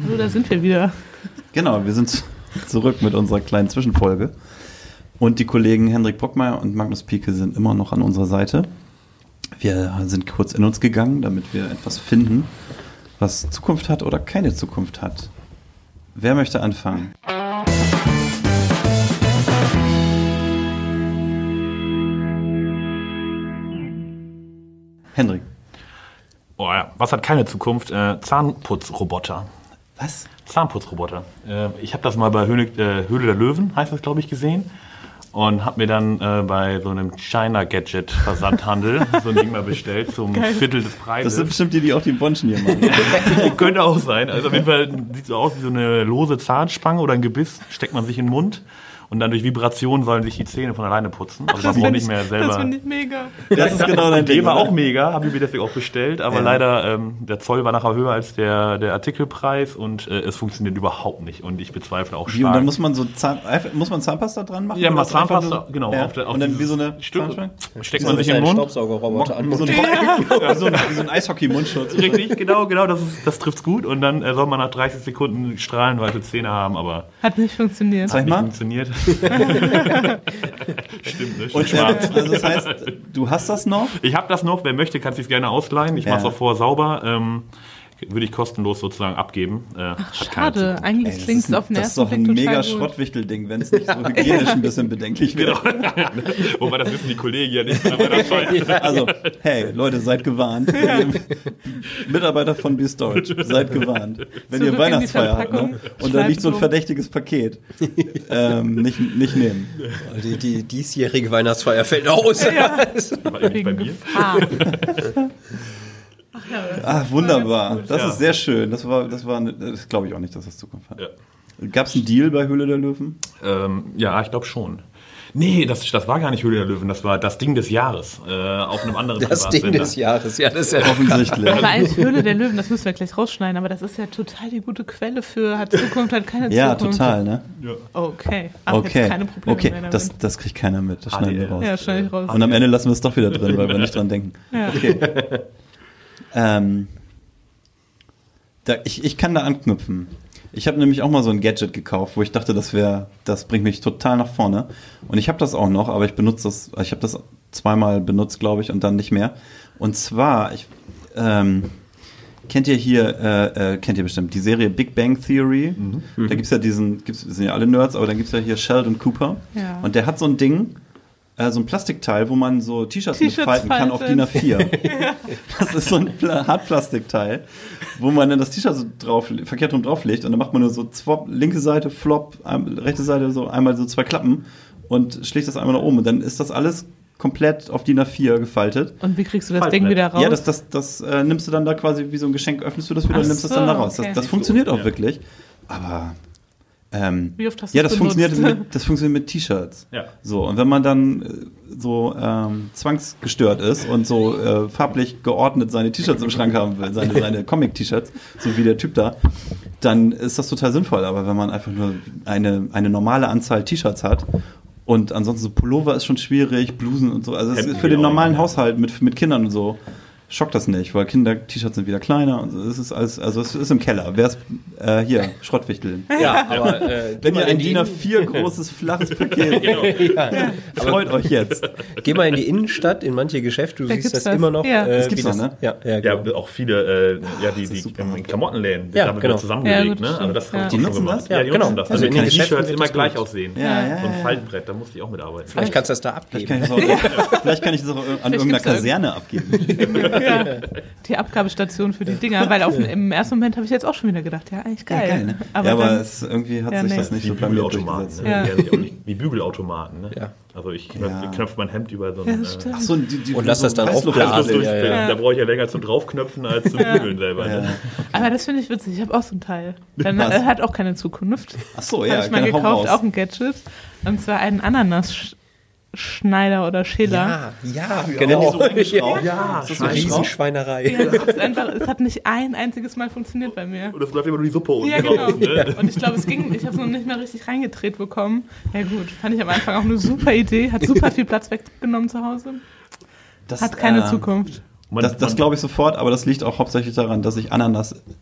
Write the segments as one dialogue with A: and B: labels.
A: So, da sind wir wieder.
B: Genau, wir sind zurück mit unserer kleinen Zwischenfolge. Und die Kollegen Hendrik Brockmeier und Magnus Pieke sind immer noch an unserer Seite. Wir sind kurz in uns gegangen, damit wir etwas finden, was Zukunft hat oder keine Zukunft hat. Wer möchte anfangen? Hendrik.
C: Oh ja, was hat keine Zukunft? Zahnputzroboter.
B: Was?
C: Zahnputzroboter. Ich habe das mal bei Höhle der Löwen, heißt das, glaube ich, gesehen. Und habe mir dann bei so einem China-Gadget-Versandhandel so ein Ding mal bestellt zum Viertel des Preises.
B: Das sind bestimmt die auch die Bonschen hier machen.
C: Könnte auch sein. Also auf jeden Fall sieht so aus wie so eine lose Zahnspange oder ein Gebiss, steckt man sich in den Mund. Und dann durch Vibration sollen sich die Zähne von alleine putzen. Also man braucht nicht mehr selber.
A: Das finde ich mega.
B: Das ist genau dein Ding.
C: Die war auch mega, habe ich mir deswegen auch bestellt. Aber leider, der Zoll war nachher höher als der Artikelpreis und es funktioniert überhaupt nicht. Und ich bezweifle auch stark.
B: Und dann muss man so Zahnpasta dran machen?
C: Ja, mal Zahnpasta, genau.
B: Ja.
C: Auf
B: und dann wie so eine
C: Stücke steckt man sich in den Mund.
D: Staubsaugerroboter an.
B: Wie so ein Eishockey-Mundschutz.
C: Richtig, genau, das trifft's gut. Und dann soll man nach 30 Sekunden strahlenweite Zähne haben, aber
A: hat nicht funktioniert.
B: Zeig mal.
C: Funktioniert. Stimmt nicht.
B: Und also das heißt, du hast das noch?
C: Ich habe das noch. Wer möchte, kann es sich gerne ausleihen. Ich mache es auch vorher sauber. Würde ich kostenlos sozusagen abgeben.
A: Ach, schade. Eigentlich klingt es auf den
B: ersten Blick total gut. Das ist doch ein mega Schrottwichtel-Ding, wenn es nicht so hygienisch ein bisschen bedenklich wäre.
C: Genau. Wobei, das wissen die Kollegen ja nicht.
B: Also, hey, Leute, seid gewarnt. Mitarbeiter von B-Storage, seid gewarnt. Wenn ihr Weihnachtsfeier habt, ne? Und da liegt so ein verdächtiges Paket, nicht nehmen.
D: Die diesjährige Weihnachtsfeier fällt aus.
A: Ja.
C: War irgendwie bei mir.
B: Ach, wunderbar. Das ist sehr schön. Das glaube ich auch nicht, dass das Zukunft hat. Ja. Gab es einen Deal bei Höhle der Löwen?
C: Ja, ich glaube schon. Nee, das war gar nicht Höhle der Löwen, das war das Ding des Jahres auf einem anderen
D: Das Ding des Jahres, ja, das ist ja
B: offensichtlich.
A: Aber eigentlich Höhle der Löwen, das müssen wir gleich rausschneiden, aber das ist ja total die gute Quelle für hat Zukunft, hat keine Zukunft.
B: Ja, total, ne?
C: Ja.
A: Okay, jetzt keine Probleme mehr damit.
B: Das kriegt keiner mit, das schneiden wir raus.
A: Ja, schneide ich raus.
B: Und am Ende lassen wir es doch wieder drin, weil wir nicht dran denken.
A: Ja.
B: Okay. Ich kann da anknüpfen. Ich habe nämlich auch mal so ein Gadget gekauft, wo ich dachte, das bringt mich total nach vorne. Und ich habe das auch noch, aber ich habe das zweimal benutzt, glaube ich, und dann nicht mehr. Und zwar, kennt ihr bestimmt die Serie Big Bang Theory? Mhm. Da gibt's ja sind ja alle Nerds, aber dann gibt's ja hier Sheldon Cooper. Ja. Und der hat so ein Ding, so ein Plastikteil, wo man so T-Shirts mitfalten kann auf DIN A4. Ja. Das ist so ein Hartplastikteil, wo man dann das T-Shirt so verkehrt rum drauflegt und dann macht man nur so linke Seite, Flop, rechte Seite so einmal so 2 Klappen und schlägt das einmal nach oben und dann ist das alles komplett auf DIN A4 gefaltet.
A: Und wie kriegst du das Ding wieder raus?
B: Ja, das nimmst du dann da quasi wie so ein Geschenk, öffnest du das wieder und nimmst das dann da raus. Okay. Das funktioniert auch wirklich, aber
A: wie oft hast du
B: das funktioniert mit T-Shirts. Ja. So, und wenn man dann so zwangsgestört ist und so farblich geordnet seine T-Shirts im Schrank haben will, seine Comic-T-Shirts, so wie der Typ da, dann ist das total sinnvoll. Aber wenn man einfach nur eine normale Anzahl T-Shirts hat und ansonsten so Pullover ist schon schwierig, Blusen und so, also es ist für den normalen Haushalt mit Kindern und so, schockt das nicht, weil Kinder-T-Shirts sind wieder kleiner und es ist alles, also es ist im Keller. Wer ist hier, Schrottwichteln.
D: Ja, aber
B: wenn ihr ein DIN A4 großes, flaches Paket freut euch jetzt.
D: Geh mal in die Innenstadt, in manche Geschäfte, du siehst das immer noch.
B: Ja. Das gibt's noch, ne?
C: Ja, auch viele, die Klamottenläden,
D: ja,
C: genau. Zusammengelegt, ne? Also das
B: die nutzen das?
C: Ja, die nutzen das. Also
D: in
C: die T-Shirts immer gleich aussehen.
B: Ja.
C: So ein Faltbrett, da musste ich auch mitarbeiten.
D: Vielleicht kannst du das da abgeben.
B: Vielleicht kann ich das auch an irgendeiner Kaserne abgeben.
A: Ja, die Abgabestation für die Dinger, weil im ersten Moment habe ich jetzt auch schon wieder gedacht, ja, eigentlich geil.
B: Ja, geil, ne? Aber irgendwie hat sich das nicht so bei mir durchgesetzt.
C: Wie Bügelautomaten, ne? Ja. Also ich knöpfe mein Hemd über so einen...
B: Ach so,
D: und lass das dann aufblasen.
C: Da brauche ich ja länger zum Draufknöpfen als zum Bügeln selber. Ja. Ne?
A: Aber das finde ich witzig, ich habe auch so ein Teil. Dann hat auch keine Zukunft.
B: Ach so, ja.
A: Habe ich mal gekauft, auch ein Gadget. Und zwar einen Ananas-Schneider oder Schäler.
D: Ja,
B: genau.
D: Das ist eine Riesenschweinerei.
A: Ja, es hat nicht ein einziges Mal funktioniert bei mir.
C: Und das läuft immer nur die Suppe unten
A: genau.
C: raus. Ne?
A: Und ich glaube, ich habe es noch nicht mehr richtig reingedreht bekommen. Ja gut, fand ich am Anfang auch eine super Idee. Hat super viel Platz weggenommen zu Hause. Hat keine Zukunft.
B: Das glaube ich sofort, aber das liegt auch hauptsächlich daran, dass ich Ananas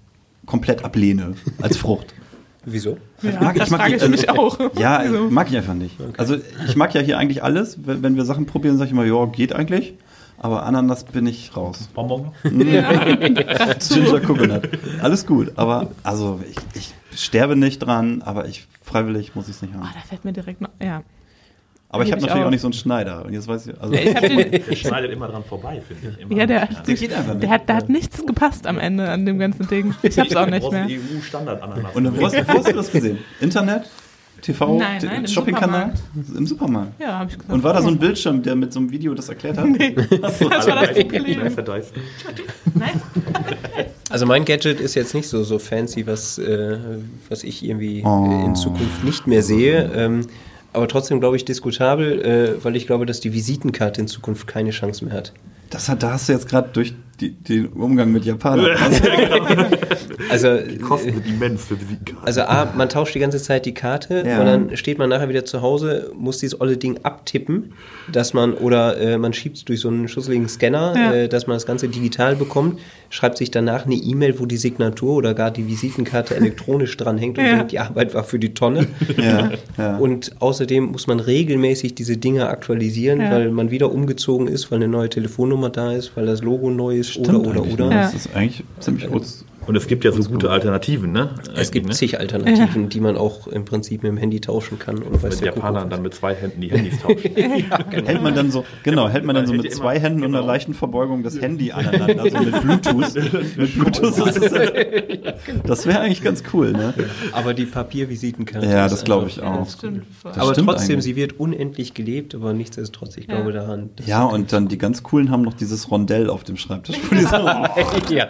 B: komplett ablehne als Frucht.
D: Wieso?
A: Ja, das frage ich mich auch.
B: Ja, mag ich einfach nicht. Okay. Also ich mag ja hier eigentlich alles. Wenn wir Sachen probieren, sage ich immer, ja, geht eigentlich. Aber Ananas bin ich raus.
C: Bonbon?
B: Ginger Coconut. Alles gut. Aber also ich sterbe nicht dran, aber freiwillig muss ich es nicht haben.
A: Da fällt mir direkt noch, ja.
B: Aber ich habe natürlich auch nicht so einen Schneider. Und jetzt weiß ich, also
C: der schneidet immer dran vorbei, finde ich.
A: Immer der hat nichts gepasst am Ende an dem ganzen Ding. Ich hab's auch nicht mehr.
B: EU-Standard-Ananas. Und wo hast du das gesehen? Internet? TV?
A: Nein,
B: Shopping-Kanal? Im Supermarkt?
A: Ja, habe ich gesagt.
B: Und war da so ein Bildschirm, der mit so einem Video das erklärt hat?
A: Nee, das war das Problem.
D: Nein. Also mein Gadget ist jetzt nicht so fancy, was ich irgendwie in Zukunft nicht mehr sehe. Aber trotzdem glaube ich diskutabel, weil ich glaube, dass die Visitenkarte in Zukunft keine Chance mehr hat.
B: Da hast du jetzt gerade durch den Umgang mit Japanern.
D: Also,
C: die Kosten sind immens für Visitenkarte.
D: Also man tauscht die ganze Zeit die Karte und dann steht man nachher wieder zu Hause, muss dieses olle Ding abtippen, dass man man schiebt es durch so einen schusseligen Scanner, dass man das Ganze digital bekommt, schreibt sich danach eine E-Mail, wo die Signatur oder gar die Visitenkarte elektronisch dranhängt und denkt, die Arbeit war für die Tonne. Und außerdem muss man regelmäßig diese Dinge aktualisieren, weil man wieder umgezogen ist, weil eine neue Telefonnummer da ist, weil das Logo neu ist.
B: Stimmt
D: oder.
B: Das ist eigentlich ziemlich kurz.
C: Und es gibt ja so gute Alternativen, ne?
D: Es gibt zig Alternativen, die man auch im Prinzip mit dem Handy tauschen kann. Und
C: mit Japanern dann mit 2 Händen die Handys tauschen.
B: Hält man dann so mit 2 Händen und einer leichten Verbeugung das Handy aneinander, also mit Bluetooth. Ist das wäre eigentlich ganz cool, ne?
D: Aber die Papiervisitenkarte.
B: Ja, das glaube ich auch.
A: Das stimmt.
D: Aber trotzdem, eigentlich. Sie wird unendlich gelebt, aber nichtsdestotrotz, ich glaube daran.
B: Ja, und dann die ganz coolen haben noch dieses Rondell auf dem Schreibtisch.
D: Ja.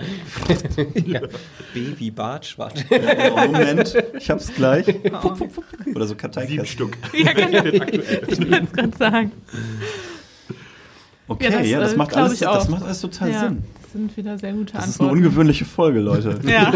D: Baby Bartsch, warte.
B: Moment, ich hab's gleich. Oder so Karteikästen.
C: 7 Stück.
A: Ja, genau. Ich will es gerade sagen.
B: Okay, das macht alles total Sinn.
A: Das sind wieder sehr gute Antworten.
B: Das ist eine ungewöhnliche Folge, Leute.
A: Ja.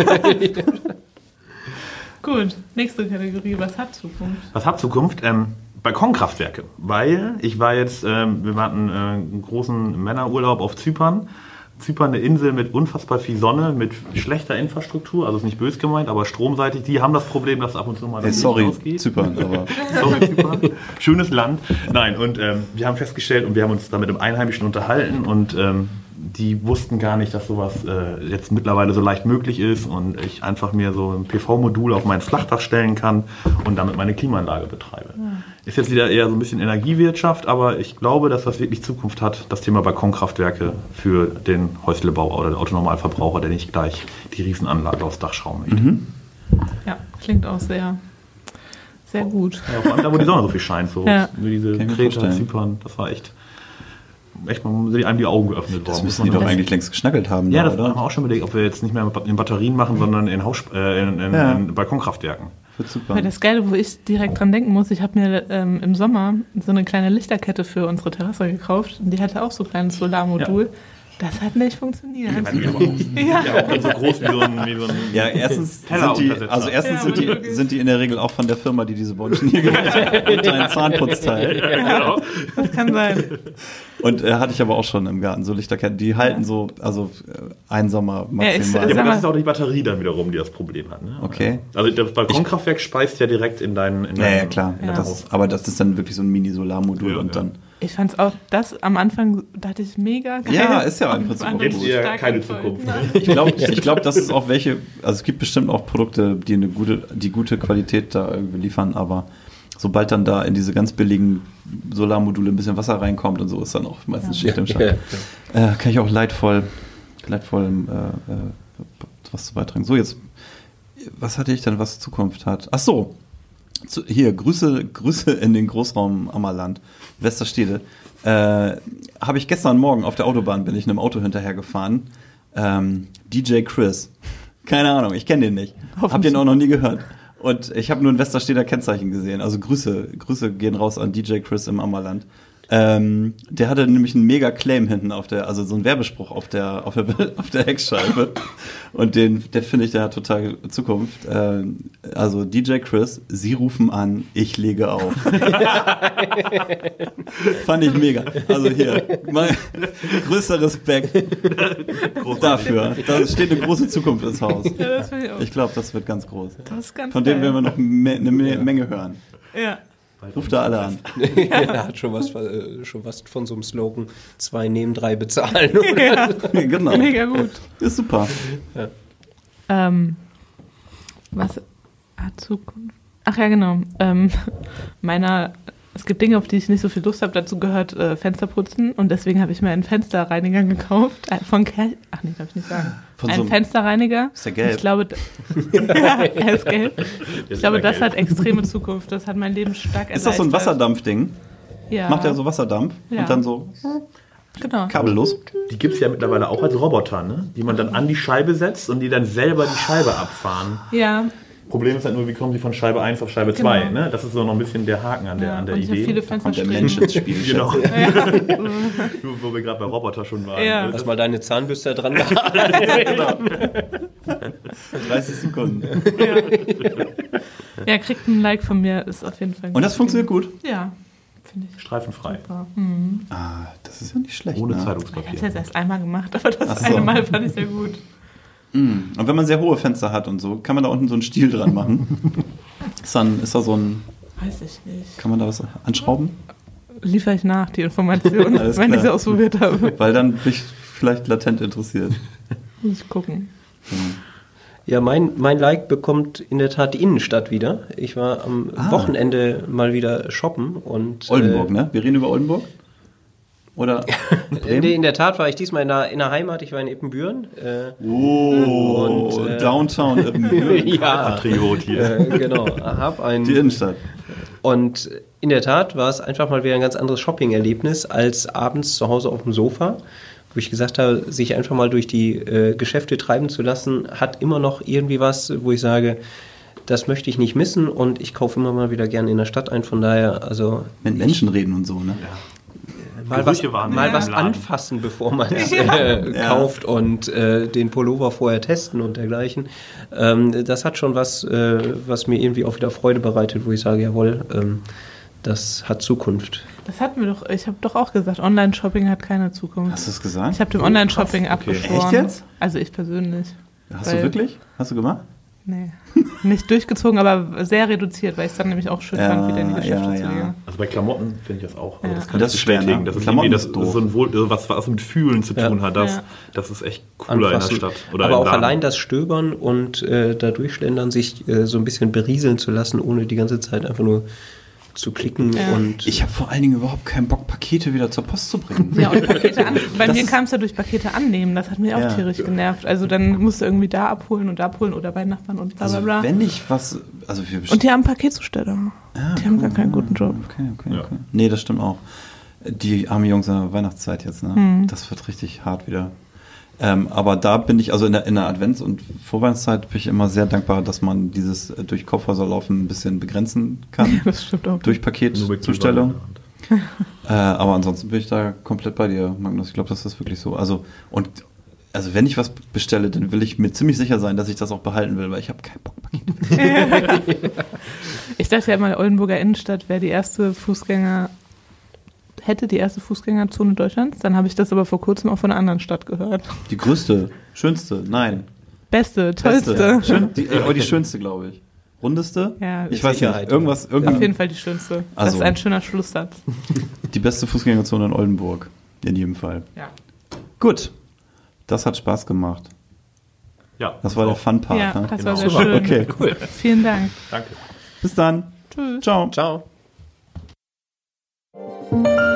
A: Gut, nächste Kategorie. Was hat Zukunft?
C: Was hat Zukunft? Balkonkraftwerke. Weil ich war jetzt, wir hatten einen großen Männerurlaub auf Zypern. Zypern, eine Insel mit unfassbar viel Sonne, mit schlechter Infrastruktur, also ist nicht böse gemeint, aber stromseitig. Die haben das Problem, dass ab und zu mal das Licht ausgeht.
B: Zypern, aber
C: sorry, Zypern. Schönes Land. Nein, und wir haben festgestellt und wir haben uns da mit einem Einheimischen unterhalten und die wussten gar nicht, dass sowas jetzt mittlerweile so leicht möglich ist und ich einfach mir so ein PV-Modul auf mein Flachdach stellen kann und damit meine Klimaanlage betreibe. Ja. Ist jetzt wieder eher so ein bisschen Energiewirtschaft, aber ich glaube, dass das wirklich Zukunft hat, das Thema Balkonkraftwerke für den Häuslebauer oder den Autonormalverbraucher, der nicht gleich die Riesenanlage aufs Dach schrauben möchte.
B: Mhm.
A: Ja, klingt auch sehr, sehr gut.
C: Ja, vor allem da, wo die Sonne so viel scheint, so wie diese Kreta, Zypern, das war echt mal sind einem die Augen geöffnet worden.
B: Das müssen die doch eigentlich längst geschnackelt haben.
C: Ja, das haben wir auch schon überlegt, ob wir jetzt nicht mehr in Batterien machen, sondern in Balkonkraftwerken.
A: Super. Weil das Geile, wo ich direkt dran denken muss, ich habe mir im Sommer so eine kleine Lichterkette für unsere Terrasse gekauft und die hatte auch so ein kleines Solarmodul. Ja. Das hat nicht funktioniert.
C: So groß wie so ein
B: ja, erstens sind die in der Regel auch von der Firma, die diese Bonschen hier gemacht hat, mit einem Zahnputzteil.
A: Ja, genau. Das kann sein.
B: Und hatte ich aber auch schon im Garten so Lichterketten, die halten so, also ein Sommer maximal.
C: Ja, aber das ist auch die Batterie dann wiederum, die das Problem hat. Ne?
B: Okay.
C: Also das Balkonkraftwerk speist ja direkt in dein
B: ja, klar. Ja. Aber das ist dann wirklich so ein Mini-Solarmodul und dann...
A: Ich fand es auch, das am Anfang dachte ich mega geil.
B: Ja, ist ja im Prinzip auch
C: gut. Ja keine Zukunft.
B: Ich glaube, das ist auch welche, also es gibt bestimmt auch Produkte, die gute Qualität da irgendwie liefern, aber sobald dann da in diese ganz billigen Solarmodule ein bisschen Wasser reinkommt und so, ist dann auch meistens Schicht im Schatten. Kann ich auch leidvoll was zu beitragen. So, jetzt, was hatte ich denn, was Zukunft hat? Ach so, hier, Grüße in den Großraum Ammerland, Westerstede. Habe ich gestern Morgen auf der Autobahn, bin ich einem Auto hinterhergefahren. DJ Chris. Keine Ahnung, ich kenne den nicht. Hab den auch noch nie gehört. Und ich habe nur ein Westersteder Kennzeichen gesehen. Also Grüße gehen raus an DJ Chris im Ammerland. Der hatte nämlich einen mega Claim hinten also so einen Werbespruch auf der Heckscheibe. Und der finde ich, der hat total Zukunft. Also DJ Chris, Sie rufen an, ich lege auf. Fand ich mega. Also hier, mein größter Respekt dafür. Da steht eine große Zukunft ins Haus.
A: Ja, das finde ich auch.
B: Ich glaube, das wird ganz groß.
A: Das ist ganz
B: Von dem werden wir noch eine Menge hören.
A: Ja.
B: Ruft da alle an.
D: Er hat schon was von so einem Slogan, 2 nehmen, 3 bezahlen.
A: Ja,
B: genau.
A: mega gut.
B: Ist super.
A: Ja. Was hat Zukunft? Ach ja, genau. Es gibt Dinge, auf die ich nicht so viel Lust habe. Dazu gehört Fenster putzen. Und deswegen habe ich mir einen Fensterreiniger gekauft. Von Kerch. Ach nee, darf ich nicht sagen. Einen Fensterreiniger.
B: Ist der gelb?
A: Ich glaube, ja, er ist gelb. Ich glaube, das hat extreme Zukunft. Das hat mein Leben stark erleichtert.
B: Ist das so ein Wasserdampfding?
A: Ja.
B: Macht er so Wasserdampf?
A: Ja.
B: Und dann so
A: genau.
B: kabellos?
C: Die gibt es ja mittlerweile auch als Roboter, ne? Die man dann an die Scheibe setzt und die dann selber die Scheibe abfahren.
A: Ja.
C: Problem ist halt nur, wie kommen sie von Scheibe 1 auf Scheibe 2,
A: Genau.
C: ne? Das ist so noch ein bisschen der Haken an der
A: und
C: Idee.
A: ich habe viele
B: Kommt der
A: Fensterstriche.
B: Mensch ins Spiel.
C: Genau.
A: Ja.
C: Wo wir gerade bei Roboter schon waren.
A: Ja.
C: Ne?
D: Hast mal deine Zahnbürste dran gehalten.
B: 30 Sekunden.
A: Ja, kriegt ein Like von mir, ist auf jeden Fall.
B: Und das funktioniert gut?
A: Ja, finde ich.
C: Streifenfrei.
A: Super.
B: Ah, das ist ja nicht schlecht.
C: Ohne
B: ne?
A: Ich habe
C: Zeitungspapier.
A: es jetzt erst einmal gemacht, aber das
B: Ach so.
A: eine Mal fand ich sehr gut.
B: Und wenn man sehr hohe Fenster hat und so, kann man da unten so einen Stiel dran machen. Ist da so ein,
A: Weiß ich nicht.
B: kann man da was anschrauben?
A: Liefere ich nach, die Information,
B: Alles
A: wenn ich
B: klar.
A: sie ausprobiert habe.
B: Weil dann bin ich vielleicht latent interessiert.
A: Muss ich gucken.
D: Ja, mein Like bekommt in der Tat die Innenstadt wieder. Ich war am Wochenende mal wieder shoppen und
B: Oldenburg, ne? Wir reden über Oldenburg? Oder Bremen?
D: Nee, in der Tat war ich diesmal in der Heimat, ich war in Ippenbüren.
B: Downtown Ippenbüren.
D: Ja,
C: Patriot hier.
D: genau. Hab
B: Die Innenstadt.
D: Und in der Tat war es einfach mal wieder ein ganz anderes Shopping-Erlebnis als abends zu Hause auf dem Sofa, wo ich gesagt habe, sich einfach mal durch die Geschäfte treiben zu lassen, hat immer noch irgendwie was, wo ich sage, das möchte ich nicht missen und ich kaufe immer mal wieder gerne in der Stadt ein. Von daher, also
B: Mit Menschen reden und so, ne?
D: mal was
C: Gerüche waren
D: mal
C: im
D: was
C: Laden.
D: anfassen, bevor man es kauft und den Pullover vorher testen und dergleichen. Das hat schon was, was mir irgendwie auch wieder Freude bereitet, wo ich sage, jawohl, das hat Zukunft.
A: Das hatten wir doch, ich habe doch auch gesagt, Online-Shopping hat keine Zukunft.
B: Hast du es gesagt?
A: Ich habe dem Online-Shopping abgeschworen.
B: Echt jetzt?
A: Also ich persönlich.
B: Hast du wirklich? Hast du gemacht?
A: Nee. Nicht durchgezogen, aber sehr reduziert, weil ich es dann nämlich auch schön fand, wieder in die Geschäfte zu gehen.
C: Also bei Klamotten finde ich das auch. Also
A: Ja.
C: das kann
B: Das
C: ich
B: ist schwer,
C: bestätigen.
B: ne?
C: Das ist
B: Klamotten
C: irgendwie
B: ist doof.
C: so ein was mit Fühlen zu tun hat. Das ist echt cooler
D: Anfassen.
C: in der Stadt. Oder
D: aber
C: im
D: auch
C: Laden.
D: allein das Stöbern und da durchschlendern, sich so ein bisschen berieseln zu lassen, ohne die ganze Zeit einfach nur zu klicken.
A: Ja.
D: Und
B: Ich habe vor allen Dingen überhaupt keinen Bock, Pakete wieder zur Post zu bringen.
A: Ja, und Pakete bei mir kam es ja durch Pakete annehmen, das hat mich auch
B: Ja.
A: tierisch genervt. Also dann musst du irgendwie da abholen oder bei Nachbarn und bla bla
B: Also
A: bla.
B: wenn ich was, also wir
A: Und die haben Paketzusteller. Die haben gar keinen guten Job.
B: Okay.
C: Ja.
B: Nee, das stimmt auch. Die armen Jungs in der Weihnachtszeit jetzt, ne? Das wird richtig hart wieder. Aber da bin ich, also in der Advents- und Vorweihnachtszeit bin ich immer sehr dankbar, dass man dieses durch Kaufhäuser laufen ein bisschen begrenzen kann.
A: Das stimmt auch.
C: Nur
B: Durch
C: mit
B: Paketzustellung.
C: Glühwein
B: Aber ansonsten bin ich da komplett bei dir, Magnus. Ich glaube, das ist wirklich so. Also wenn ich was bestelle, dann will ich mir ziemlich sicher sein, dass ich das auch behalten will, weil ich habe keinen Bock, Pakete.
A: Ich dachte ja mal, Oldenburger Innenstadt wäre hätte die erste Fußgängerzone Deutschlands. Dann habe ich das aber vor kurzem auch von einer anderen Stadt gehört.
B: Die größte, schönste, nein.
A: Beste, tollste.
B: Die schönste, glaube ich. Rundeste?
A: Ja,
B: Ich weiß
D: Sicherheit,
B: nicht. Irgendwas.
A: Auf jeden Fall die schönste. Das
B: Also-
A: ist ein schöner Schlusssatz.
B: Die beste Fußgängerzone in Oldenburg. In jedem Fall.
A: Ja.
B: Gut. Das hat Spaß gemacht.
C: Ja,
B: Das war der Fun-Part.
A: Ja,
B: ne?
A: das war sehr schön.
B: Okay, cool.
A: Vielen Dank.
C: Danke.
B: Bis dann.
A: Tschüss.
B: Ciao.
D: ciao.